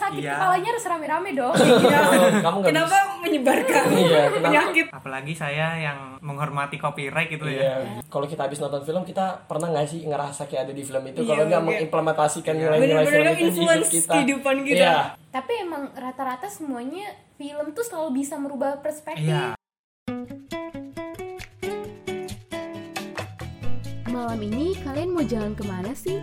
sakit kepalanya harus rame-rame dong. Kamu nggak Kenapa menyebarkan penyakit? Apalagi saya yang menghormati copyright gitu ya. Kalau kita habis nonton film, kita pernah nggak sih ngerasa kayak ada di film itu? Iya, Kalau nggak mengimplementasikan nilai-nilai film itu di hidup kita. Kehidupan kita. Iya. Tapi emang rata-rata semuanya film tuh selalu bisa merubah perspektif. Iya. Malam ini kalian mau jalan kemana sih?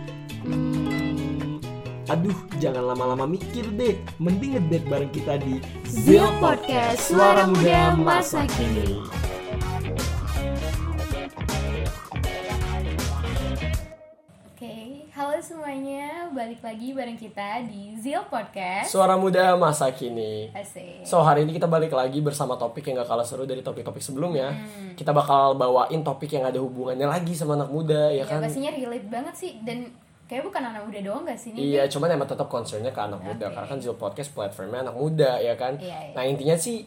Aduh, jangan lama-lama mikir deh. Mending ngedate bareng kita di Zil Podcast, suara muda masa kini. Oke, halo semuanya, balik lagi bareng kita di Zil Podcast. Suara muda masa kini. Asik. So, hari ini kita balik lagi bersama topik yang gak kalah seru dari topik-topik sebelumnya. Kita bakal bawain topik yang ada hubungannya lagi sama anak muda, ya kan? Pastinya relate banget sih, dan kayak bukan anak muda doang gak sih ini? Iya, cuman emang tetap concernnya ke anak muda. Karena kan Zil Podcast platformnya anak muda, ya kan? Iya. Nah, intinya sih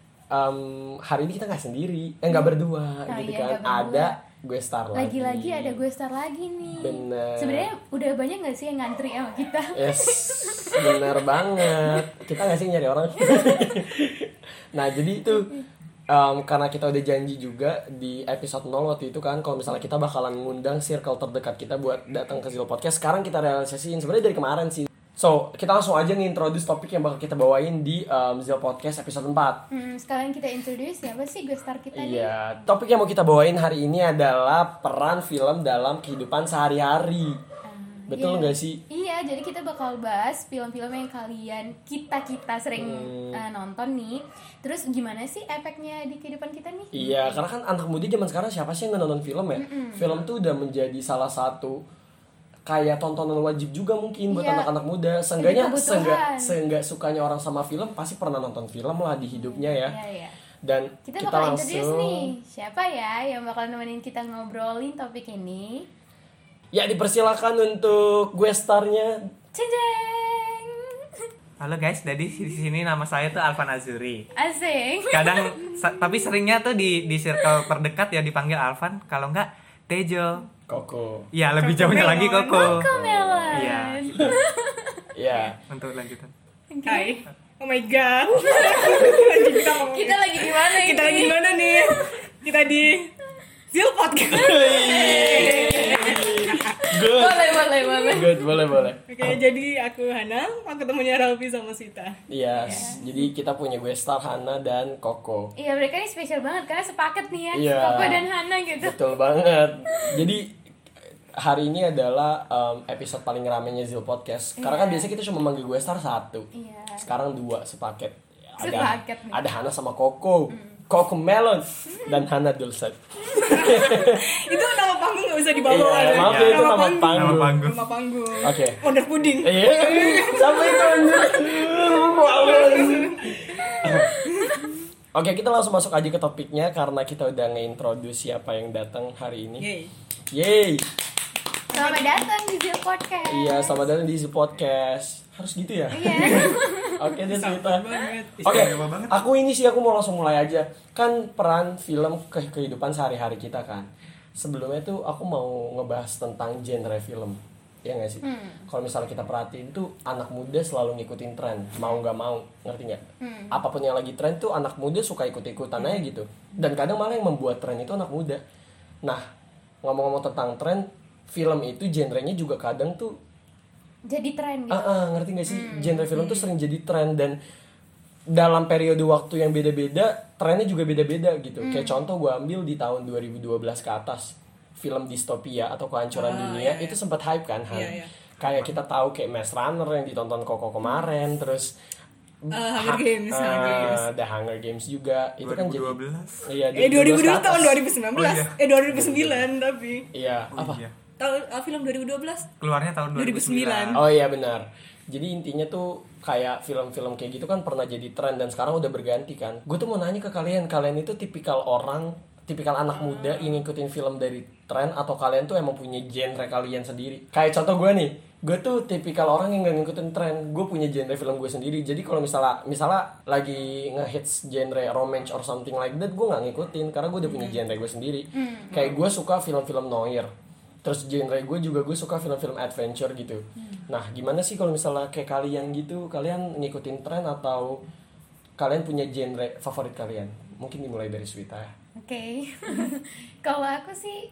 hari ini kita gak sendiri, gak berdua gitu kan. Ada gue star lagi. Lagi-lagi ada gue star lagi nih. Bener. Sebenarnya udah banyak gak sih yang ngantri sama kita? Yes, bener banget. Kita gak sih nyari orang? Nah, jadi itu karena kita udah janji juga di episode 0 waktu itu kan, kalau misalnya kita bakalan ngundang circle terdekat kita buat datang ke Zil Podcast. Sekarang kita realisasiin sebenarnya dari kemarin sih. So, kita langsung aja nge-introduce topik yang bakal kita bawain di Zil Podcast episode 4. Sekalian kita introduce siapa sih gue star kita nih? Iya, topik yang mau kita bawain hari ini adalah peran film dalam kehidupan sehari-hari. Betul nggak sih? Iya, jadi kita bakal bahas film-film yang kita sering nonton nih. Terus gimana sih efeknya di kehidupan kita nih? Iya, karena kan anak muda zaman sekarang siapa sih yang nggak nonton film ya? Film tuh udah menjadi salah satu kayak tontonan wajib juga mungkin buat anak-anak muda. Seenggaknya seenggak sukanya orang sama film pasti pernah nonton film lah di hidupnya ya. Iya. Dan kita langsung bakal introduce nih siapa ya yang bakal nemenin kita ngobrolin topik ini. Ya, dipersilakan untuk gue starnya. Ceng. Halo guys, jadi di sini nama saya tuh Alvan Azuri. Asik. Kadang tapi seringnya tuh di circle terdekat ya dipanggil Alvan, kalau enggak Tejo. Koko. Iya, lebih jauhnya lagi Koko. Melon. Iya. Iya. Untuk lanjutan. Hai. Oh my god. Kita lagi di mana ini? Kita lagi di mana nih? Kita di Zil Podcast. Good. Boleh. Oke, jadi aku Hana, aku temennya Ralfi sama Sita. Yes. Jadi kita punya gue star Hana dan Koko. Iya, mereka ini spesial banget karena sepaket nih ya, Iya. Koko dan Hana gitu. Betul banget. Jadi hari ini adalah episode paling ramenya Zil Podcast. Karena kan biasanya kita cuma manggil gue star 1. Iya. Sekarang 2 sepaket. Sepaket nih. Ada Hana sama Koko. Koko Melon dan Hana Dulcet. Itu nama panggung nggak bisa dibawa. Iya, maaf ya, itu nama panggung. Nama panggung. Oke. Wonder Pudding. Iya. Sampai Oke, kita langsung masuk aja ke topiknya karena kita udah nge-introduce siapa yang datang hari ini. Yeay. Selamat datang di Zil Podcast. Iya, selamat datang di Zil Podcast. Harus gitu ya? Iya. Oke deh, Sita. Oke, aku mau langsung mulai aja. Kan peran film kehidupan sehari-hari kita kan. Sebelumnya tuh aku mau ngebahas tentang genre film. Ya nggak sih? Kalau misalnya kita perhatiin tuh anak muda selalu ngikutin tren, mau nggak mau, ngerti nggak? Apapun yang lagi tren tuh anak muda suka ikut-ikutan aja gitu. Dan kadang malah yang membuat tren itu anak muda. Nah, ngomong-ngomong tentang tren, film itu genrenya juga kadang tuh Jadi tren gitu. ngerti gak sih? Genre film tuh sering jadi tren dan dalam periode waktu yang beda-beda, trennya juga beda-beda gitu. Kayak contoh gue ambil di tahun 2012 ke atas, film distopia atau kehancuran dunia itu sempat hype kan. Kayak kita tahu kayak Maze Runner yang ditonton Koko kemarin, terus Hunger Games. The Hunger Games juga. Itu 2012. kan jadi iya, 2012 tahun 2019. Oh, iya. 2009 tapi. Iya, apa? Iya. Film 2012. Keluarnya tahun 2009. Oh iya benar. Jadi intinya tuh kayak film-film kayak gitu kan pernah jadi tren dan sekarang udah berganti kan. Gue tuh mau nanya ke kalian itu tipikal anak muda yang ngikutin film dari tren atau kalian tuh emang punya genre kalian sendiri? Kayak contoh gue nih, gue tuh tipikal orang yang gak ngikutin tren. Gue punya genre film gue sendiri. Jadi kalau misalnya lagi ngehits genre romance or something like that, gue gak ngikutin karena gue udah punya genre gue sendiri. Kayak gue suka film-film noir. Terus genre gue suka film-film adventure gitu. Nah, gimana sih kalau misalnya kayak kalian gitu, kalian ngikutin tren atau kalian punya genre favorit kalian? Mungkin dimulai dari Swita ya. Oke. Kalau aku sih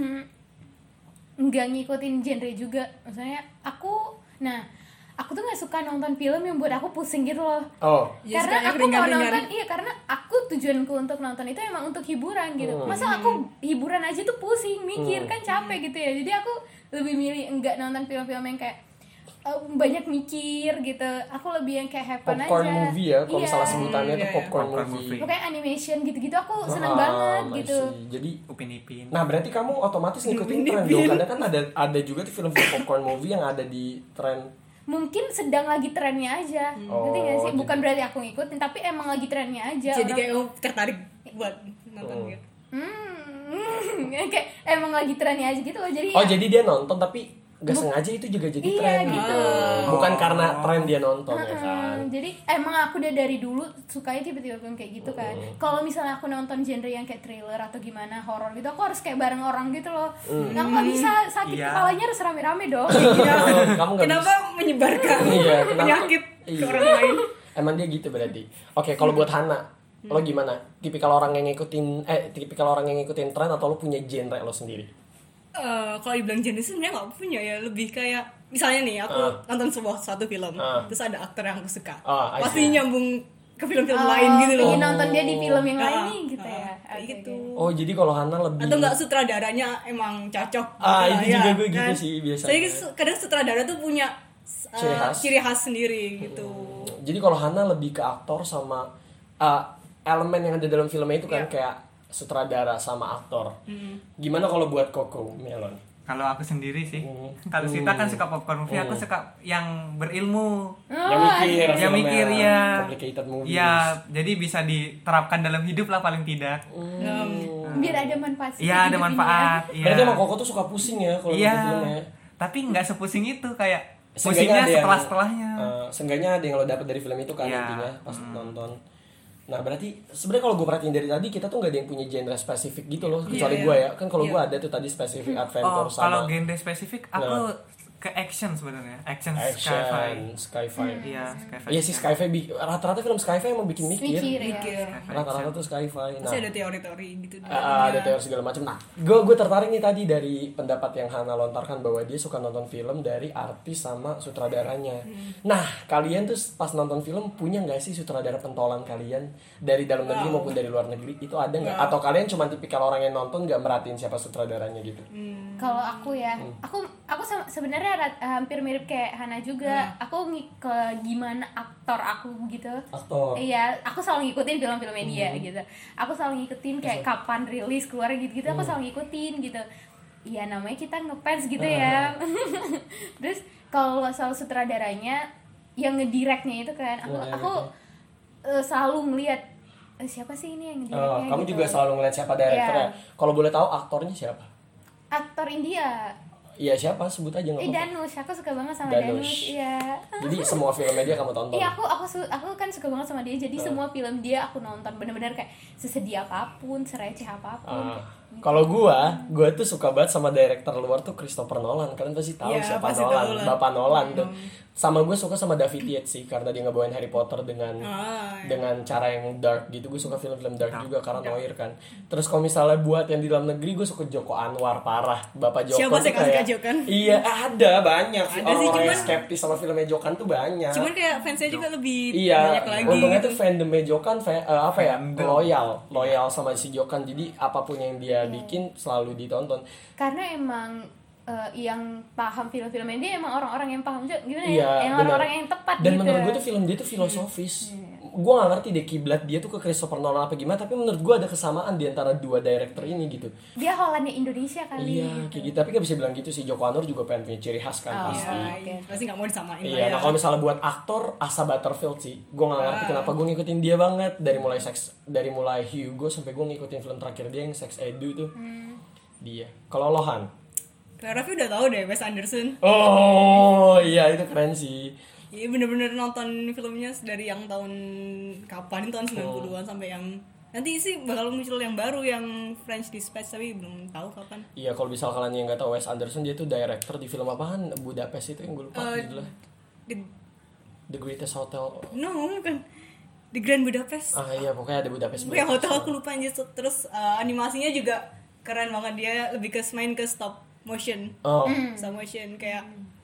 nggak ngikutin genre juga. Maksudnya aku tuh nggak suka nonton film yang buat aku pusing gitu loh. Oh. Karena aku mau nonton, karena aku tujuanku untuk nonton itu emang untuk hiburan gitu. Masa aku hiburan aja tuh pusing, mikir kan capek gitu ya. Jadi aku lebih milih enggak nonton film-film yang kayak banyak mikir gitu. Aku lebih yang kayak have fun aja. Popcorn movie ya, kalau Iya. misalnya sebutannya tuh popcorn Popcorn movie. movie. Pokoknya animation gitu-gitu aku seneng banget I gitu. see. Jadi Upin Ipin. nah berarti kamu otomatis ngikutin tren dong. Kadang kan ada juga tuh film-film popcorn movie yang ada di tren. Mungkin sedang lagi trennya aja. Ngerti gak sih? jadi- Bukan berarti aku ngikutin, tapi emang lagi trennya aja. Jadi Orang- kayak kamu tertarik buat nonton gitu. kayak emang lagi trennya aja gitu loh. Jadi Oh, jadi dia nonton tapi gak sengaja itu juga jadi Iya, tren gitu. Bukan karena tren dia nonton ya kan. Jadi emang aku udah dari dulu sukanya tipe-tipe film kayak gitu kan. Kalau misalnya aku nonton genre yang kayak thriller atau gimana horor gitu, aku harus kayak bareng orang gitu loh. Nah, aku nggak bisa sakit Iya. kepalanya harus rame-rame dong. Kamu gak Kenapa bisa. menyebarkan Iya, kenapa? penyakit ke Iya. orang lain? Emang dia gitu berarti. Oke, kalau buat Hana, lo gimana? Tipikal orang yang ngikutin tren atau lo punya genre lo sendiri? Kalau dibilang genre sebenarnya nggak punya ya, lebih kayak misalnya nih aku nonton suatu film, terus ada aktor yang aku suka, I pasti see. nyambung ke film-film lain gitu loh. Pengen nonton dia di film yang lain nih gitu ya. Kayak Oke, gitu. oke. Oh, jadi kalau Hana lebih Atau enggak sutradaranya emang cocok gitu Ah, lah, itu ya, juga gue gitu kan? sih biasanya. Jadi kadang sutradara tuh punya Ciri khas. ciri khas sendiri gitu. Jadi kalau Hana lebih ke aktor sama elemen yang ada dalam filmnya itu kan kayak sutradara sama aktor. Gimana kalau buat Koko Melon? Kalau aku sendiri sih, kalau Sita kan suka popcorn movie, aku suka yang berilmu. Yang mikir, Yang mikir, ya. complicated movies. Ya, jadi bisa diterapkan dalam hidup lah paling tidak. Biar ada manfaat. sih Iya, di ada hidup ini manfaat. ya. Iya. Berarti emang Koko tuh suka pusing ya kalau Iya. nonton filmnya. Tapi nggak sepusing itu, kayak Seenggaknya pusingnya ada yang- setelah-setelahnya. Seenggaknya ada yang lo dapet dari film itu kan Iya. intinya pas nonton. Nah berarti sebenarnya kalau gue perhatiin dari tadi kita tuh nggak ada yang punya genre spesifik gitu loh kecuali Iya, gue iya. ya kan kalau gue ada tuh tadi spesifik adventure Oh, sama kalau genre spesifik aku ke action sebenarnya. Action sci-fi. sci-fi. Iya, sci-fi. Iya sih sci-fi rata-rata film sci-fi emang bikin mikir. Mikir ya. Rata-rata tuh sci-fi. Nah, Pasti ada teori-teori gitu. ada teori segala macam. Nah, gue tertarik nih tadi dari pendapat yang Hana lontarkan bahwa dia suka nonton film dari artis sama sutradaranya. Nah, kalian tuh pas nonton film punya nggak sih sutradara pentolan kalian dari dalam negeri maupun dari luar negeri? Itu ada nggak? Atau kalian cuma tipikal orang yang nonton nggak merhatiin siapa sutradaranya gitu? Kalau aku ya, aku sebenarnya hampir mirip kayak Hana juga. Aku ke gimana aktor aku gitu. Aktor. Iya, aku selalu ngikutin film-filmnya dia gitu. Aku selalu ngikutin kayak kapan rilis keluar gitu-gitu. Aku selalu ngikutin gitu. Iya, namanya kita ngefans gitu ya. Terus kalau soal sutradaranya yang ngedirectnya itu kan, aku selalu ngelihat siapa sih ini yang ngedirectnya Kamu gitu. juga selalu ngeliat siapa direkturnya. Iya. Kalau boleh tahu aktornya siapa? Aktor India. Iya siapa? Sebut aja nggak apa-apa. Danush, aku suka banget sama Danush. Danush. Iya. Jadi semua filmnya dia kamu tonton. Iya, aku kan suka banget sama dia. Jadi semua film dia aku nonton bener-bener kayak sesedih apapun, sereceh apapun. Kalau gua tuh suka banget sama director luar tuh Christopher Nolan. Kalian pasti tahu Iya, siapa pasti Nolan, tahu lah. Bapak Nolan tuh. Sama gue suka sama David Yates sih karena dia ngebawain Harry Potter dengan dengan cara yang dark gitu. Gue suka film-film dark juga karena noir kan. Terus kalau misalnya buat yang di dalam negeri gue suka Joko Anwar parah. Bapak Joko Siapa tuh sih kayak Jokan? Iya, ada banyak. Ada sih, Orang-orang yang cuman- skeptis sama filmnya Jokan tuh banyak. Cuman kayak fansnya juga lebih Iya, banyak lagi. untungnya gitu. tuh fandomnya Jokan loyal sama si Jokan. Jadi apapun yang dia bikin selalu ditonton. Karena emang yang paham film-filmnya dia emang orang-orang yang paham juga gimana Iya, ya? Yang benar. orang-orang yang tepat Dan gitu. menurut gue tuh film dia tuh filosofis. Gue gak ngerti deh kiblat dia tuh ke Christopher Nolan apa gimana, tapi menurut gue ada kesamaan di antara dua director ini gitu. Dia Hollandnya Indonesia kali Iya, kayak gitu. Tapi gak bisa bilang gitu sih. Joko Anwar juga pengen punya ciri khas kan pasti. Iya, pasti nggak mau disamain lah Iya, ya. nah kalau misalnya buat aktor Asa Butterfield sih, gue gak ngerti kenapa gue ngikutin dia banget dari mulai Hugo sampai gue ngikutin film terakhir dia yang Sex Edu tuh. Dia. Kalau Lohan? Kayak Raffi udah tahu deh Wes Anderson. Oh iya itu keren sih. Iya bener-bener nonton filmnya dari yang tahun kapan, tahun 90-an sampai yang Nanti sih bakal muncul yang baru yang French Dispatch tapi belum tahu kapan. Iya, kalau misal kalian yang nggak tahu Wes Anderson, dia tuh director di film apaan? Budapest itu yang gue lupa judulnya. The Greatest Hotel. No, bukan. The Grand Budapest. Iya, pokoknya ada Budapest. Yang hotel aku lupa aja. Terus animasinya juga keren banget, dia lebih main ke stop motion. Stop motion kayak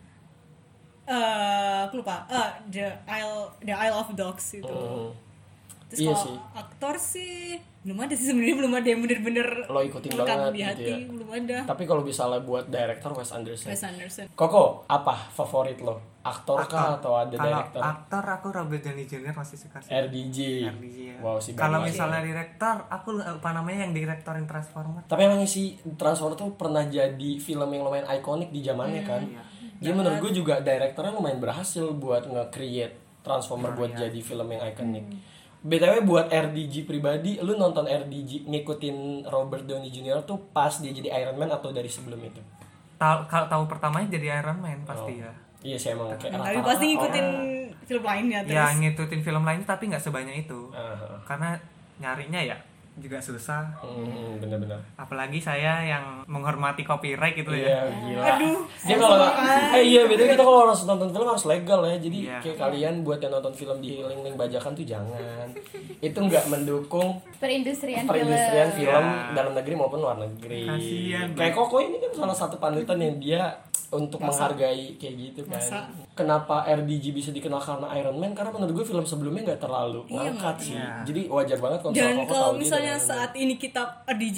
aku lupa. The Isle of Dogs itu. Terus Iya kalau sih. aktor sih belum ada sih sebenarnya, belum ada yang bener-bener lo ikutin melekat banget di gitu hati, ya. belum ada. Tapi kalau misalnya buat director Wes Anderson. Wes Anderson. Koko, apa favorit lo? Aktor kah atau ada Kalau director? aktor aku Robert Downey Jr. masih suka sih. RDJ. ya. Wow, si Kalau Bang. misalnya direktor, aku lupa namanya yang direktorin Transformer. Tapi emang si Transformer tuh pernah jadi film yang lumayan ikonik di zamannya kan. Jadi menurut gue juga direktornya lumayan berhasil buat nge-create Transformer buat jadi film yang ikonik. BTW buat RDJ pribadi, lu nonton RDJ ngikutin Robert Downey Jr. tuh pas dia jadi Iron Man atau dari sebelum itu? Tahu pertamanya jadi Iron Man pasti ya. Iya sih emang kayak Tapi pasti ngikutin film lainnya terus. Ya ngikutin film lain tapi nggak sebanyak itu. Karena nyarinya ya juga susah. Bener-bener. Apalagi saya yang menghormati copyright gitu Iya, ya. gila. Aduh. Dia kalau iya beda kita kalau harus nonton film harus legal ya. Jadi Iya. kayak kalian buat yang nonton film di link-link bajakan tuh jangan. Itu nggak mendukung Perindustrian film dalam negeri maupun luar negeri. Kasian. Kayak Koko ini kan salah satu panutan yang dia untuk menghargai kayak gitu kan. Kenapa RDJ bisa dikenal karena Iron Man? Karena menurut gue film sebelumnya nggak terlalu ngangkat sih. Iya. Jadi wajar banget kalau Dan Koko kalau tahu dia misalnya dari Iron Man. saat ini kita DJ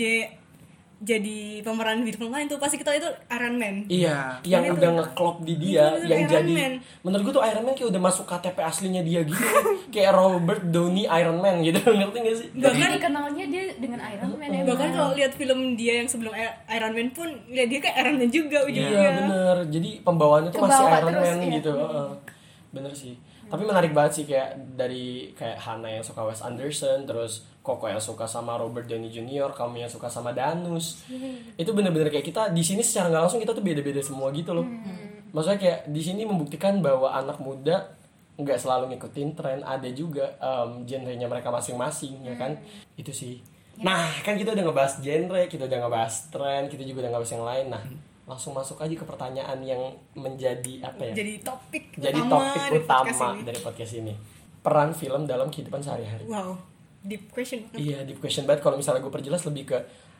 jadi pemeran di film lain tuh pasti kita itu Iron Man. Iya, Dan yang itu- udah ngeklop di dia, itu yang Iron jadi Man. menurut gue tuh Iron Man kayak udah masuk KTP aslinya dia gitu. Kayak Robert Downey Iron Man gitu, ngerti gak sih? Jadi dikenalnya dia dengan Iron Man ya. Bahkan kalau lihat film dia yang sebelum Iron Man pun ya dia kayak Iron Man juga ujungnya. Iya bener, jadi pembawaannya tuh masih Kebawa Iron terus, Man iya. gitu. Bener sih. Tapi menarik banget sih kayak dari kayak Hana yang suka Wes Anderson, terus Koko yang suka sama Robert Downey Jr., kamu yang suka sama Danus. Itu bener-bener kayak kita di sini secara nggak langsung kita tuh beda-beda semua gitu loh. Maksudnya kayak di sini membuktikan bahwa anak muda nggak selalu ngikutin tren, ada juga genrenya mereka masing-masing ya kan. Itu sih. Nah kan kita udah ngebahas genre, kita udah ngebahas tren, kita juga udah ngebahas yang lain. Nah langsung masuk aja ke pertanyaan yang menjadi apa ya? Jadi topik utama dari podcast ini. Peran film dalam kehidupan sehari-hari. Wow, deep question. Iya, deep question banget. Kalau misalnya gue perjelas lebih ke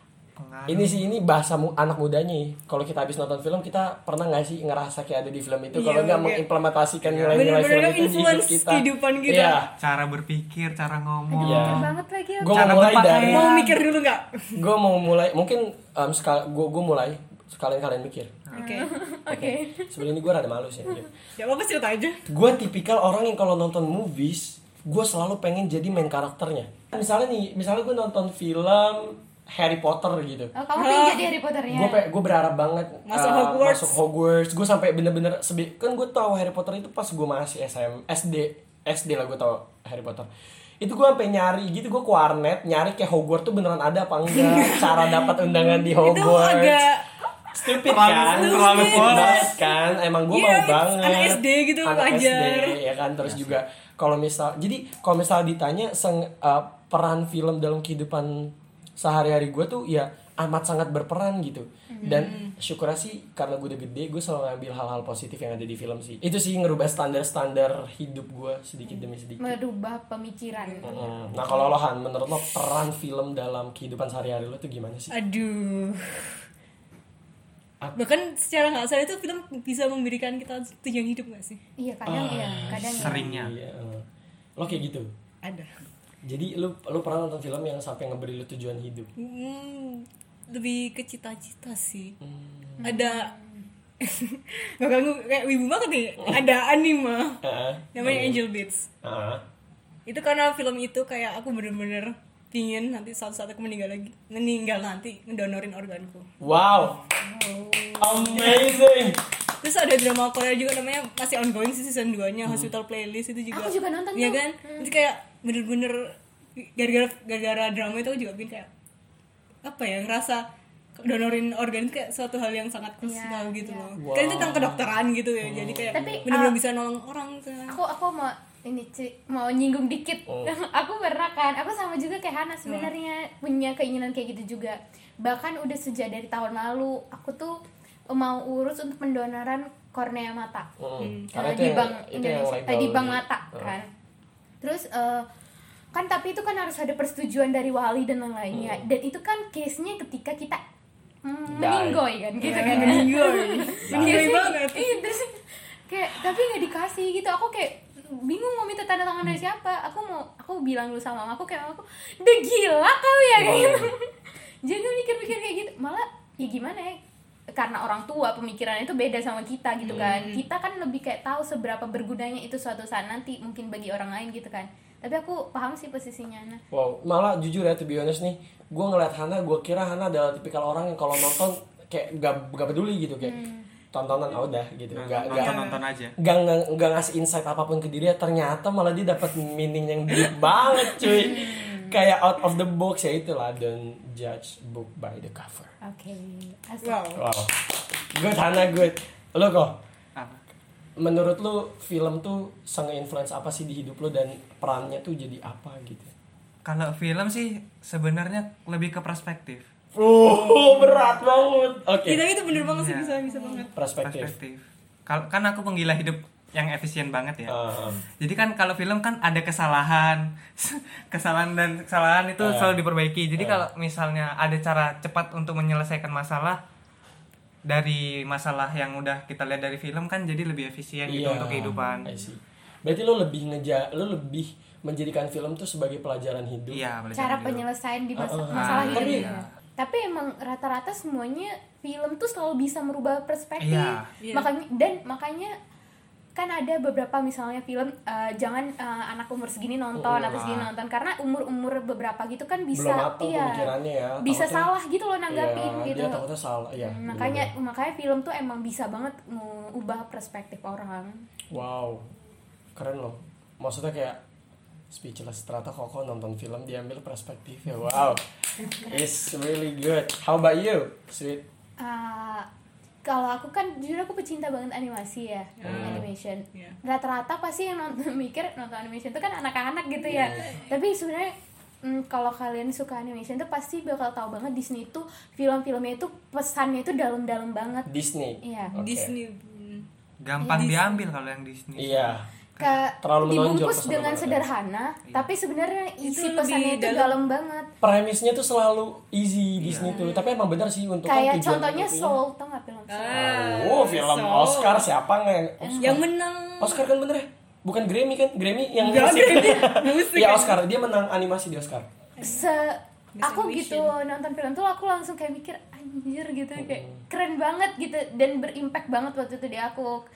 ini bahasamu anak mudanya ya. Kalau kita habis nonton film, kita pernah nggak sih ngerasa kayak ada di film itu? Kalau nggak mengimplementasikan nilai-nilai film Bener-bener itu di hidup influence kita. kehidupan kita. Iya. Cara berpikir, cara ngomong. Iya. Pinter banget lagi aku. Gue mau Cara mulai berpakaian. dari. Mau mikir dulu nggak? Gue mau mulai. Mungkin gue mulai. Sekalian kalian mikir. Oke. Sebenarnya gue rada malu sih. Ya apa cerita aja. Gue tipikal orang yang kalau nonton movies, gue selalu pengen jadi main karakternya. Misalnya gue nonton film Harry Potter gitu. Oh, kamu pengen jadi Harry Potternya? Gue berharap banget masuk Hogwarts. Gue sampai bener-bener kan gue tahu Harry Potter itu pas gue masih SD lah gue tahu Harry Potter. Itu gue sampai nyari gitu, gue ke warnet nyari kayak Hogwarts tuh beneran ada apa enggak, cara dapat undangan di Hogwarts. Itu agak stupid kan, terlalu banget kan. Emang gue mau banget. Anak SD gitu wajar. SD, ya kan. Terus juga kalau misal ditanya peran film dalam kehidupan sehari-hari gue tuh ya amat sangat berperan gitu. Dan syukurnya sih karena gue udah gede, gue selalu ngambil hal-hal positif yang ada di film sih. Itu sih ngerubah standar hidup gue sedikit demi sedikit. Merubah pemikiran. Nah kalau lo Han, menurut lo peran film dalam kehidupan sehari-hari lo tuh gimana sih? Aduh. Bahkan secara nggak sadar itu film bisa memberikan kita tujuan hidup nggak sih? Iya kadang kadang Seringnya. Iya. Lo kayak gitu? Ada. Jadi lu pernah nonton film yang sampai ngeberi lu tujuan hidup? Lebih ke cita-cita sih. Ada bakal kayak wibu banget nih. Ada anime namanya Angel Beats. Itu karena film itu kayak aku bener-bener pingin nanti suatu saat aku meninggal nanti ngedonorin organku. Wow. Amazing. Terus ada drama Korea juga namanya masih ongoing sih season 2-nya Hospital Playlist itu juga. Aku juga nonton ya tuh. kan? Itu kayak bener-bener gara-gara drama itu aku juga bikin kayak apa ya, ngerasa donorin organ itu kayak suatu hal yang sangat krusial gitu loh. Wow. Kan itu tentang kedokteran gitu ya. Jadi kayak Tapi, bener-bener bisa nolong orang tuh. Aku mau ini mau nyinggung dikit. Aku pernah kan, aku sama juga kayak Hana sebenarnya punya keinginan kayak gitu juga. Bahkan udah sejak dari tahun lalu aku tuh mau urus untuk pendonoran kornea mata. Di Bank Indonesia, di Bank Mata kan. Terus kan tapi itu kan harus ada persetujuan dari wali dan lain-lainnya. Dan itu kan case-nya ketika kita meninggoy kan gitu kan. Meninggoy banget. Iya, terus kayak tapi nggak dikasih gitu. Aku kayak bingung mau minta tanda tangan dari siapa. Aku bilang dulu sama mamaku, kayak mamaku, udah gila kau ya kayak gitu. Jangan mikir-mikir kayak gitu. Malah ya gimana ya, karena orang tua pemikirannya itu beda sama kita gitu kan. Kita kan lebih kayak tahu seberapa bergunanya itu suatu saat nanti mungkin bagi orang lain gitu kan. Tapi aku paham sih posisinya Hana. Wow, malah jujur ya, to be honest nih, gue ngeliat Hana, gue kira Hana adalah tipikal orang yang kalau nonton kayak gak peduli gitu, kayak tontonan udah gitu, nonton aja, gak ngasih insight apapun ke diri. Ternyata malah dia dapat meaning yang deep banget cuy. Kayak out of the box ya, itulah, don't judge book by the cover. Oke. Wow. Good Hana, good. Lo kok? Apa? Menurut lu film tuh nge-influence apa sih di hidup lu, dan perannya tuh jadi apa gitu? Kalau film sih sebenarnya lebih ke perspektif. Berat banget. Oke. Tapi itu bener banget sih, bisa banget. Perspektif. Kan aku penggila hidup yang efisien banget ya. Jadi kan kalau film kan ada kesalahan itu selalu diperbaiki. Jadi kalau misalnya ada cara cepat untuk menyelesaikan masalah dari masalah yang udah kita lihat dari film, kan jadi lebih efisien gitu untuk kehidupan. Berarti lo lebih menjadikan film tuh sebagai pelajaran hidup. Iya, cara penyelesaian di masalah hidup. Tapi emang rata-rata semuanya film tuh selalu bisa merubah perspektif. Makanya kan ada beberapa misalnya film jangan anak umur segini nonton atau segini nonton, karena umur beberapa gitu kan bisa bisa salah gitu loh nanggapin gitu. Dia takutnya salah. Makanya film tuh emang bisa banget mengubah perspektif orang. Wow, keren loh. Maksudnya kayak speechless, ternyata Koko nonton film diambil perspektifnya. Wow, it's really good. How about you, Sweet? Kalau aku kan jujur aku pecinta banget animasi ya, animation. Rata-rata pasti yang nonton animation itu kan anak-anak gitu ya. Tapi sebenarnya kalau kalian suka animation tuh pasti bakal tahu banget Disney itu film-filmnya itu pesannya itu dalam-dalam banget. Disney. Iya. Okay. Disney. Gampang diambil kalau yang Disney. Iya. Terlalu dibungkus dengan sederhana, tapi sebenarnya isi pesannya itu dalam banget. Premisnya tuh selalu easy Disney tuh, tapi emang benar sih untuk kayak contohnya Soul, tau nggak film Soul? Film Oscar siapa yang menang? Oscar kan bener ya? Bukan Grammy kan? Grammy yang musik. Ya Oscar, dia menang animasi di Oscar. Aku gitu nonton film tuh aku langsung kayak mikir anjir gitu, kayak keren banget gitu dan berimpact banget waktu itu di aku.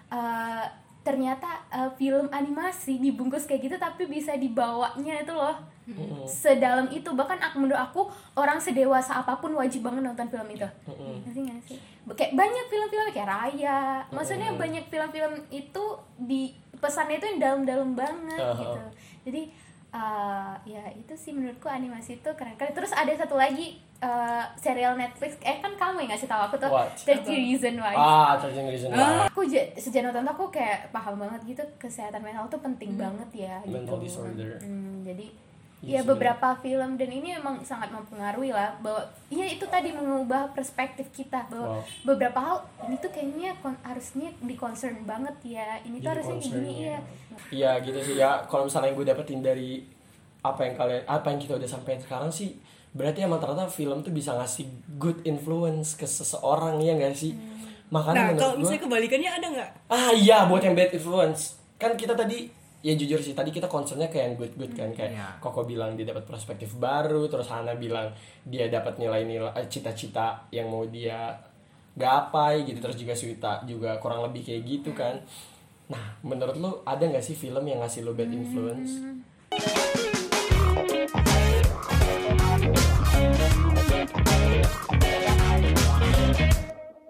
Ternyata film animasi dibungkus kayak gitu tapi bisa dibawanya itu loh sedalam itu. Bahkan menurut aku orang sedewasa apapun wajib banget nonton film itu. Ngerti gak sih? Kayak banyak film-film kayak Raya, maksudnya banyak film-film itu di pesannya itu yang dalam-dalam banget gitu. Jadi ya itu sih menurutku animasi itu keren-keren. Terus ada satu lagi serial Netflix, kan kamu yang ngasih tahu aku tuh 30 Reasons Why. 30 Reasons Why. Aku sejak nonton tuh aku kayak paham banget gitu, kesehatan mental tuh penting banget ya mental gitu. Disorder. Jadi ya beberapa film dan ini emang sangat mempengaruhi lah, bahwa ya itu tadi mengubah perspektif kita bahwa beberapa hal ini tuh kayaknya harusnya di-concern banget ya, ini tuh harusnya gini ya. Iya gitu sih ya. Kalau misalnya yang gue dapetin dari apa yang kita udah sampein sekarang sih, berarti emang ternyata film tuh bisa ngasih good influence ke seseorang, ya nggak sih? Makanya kalau misalnya kebalikannya ada nggak? Iya, buat yang bad influence kan kita tadi ya jujur sih tadi kita concernnya kayak yang good kan, kayak Koko bilang dia dapat perspektif baru, terus Hana bilang dia dapat nilai-nilai cita-cita yang mau dia gapai gitu, terus juga Suita juga kurang lebih kayak gitu kan. Nah menurut lo ada nggak sih film yang ngasih lo bad influence?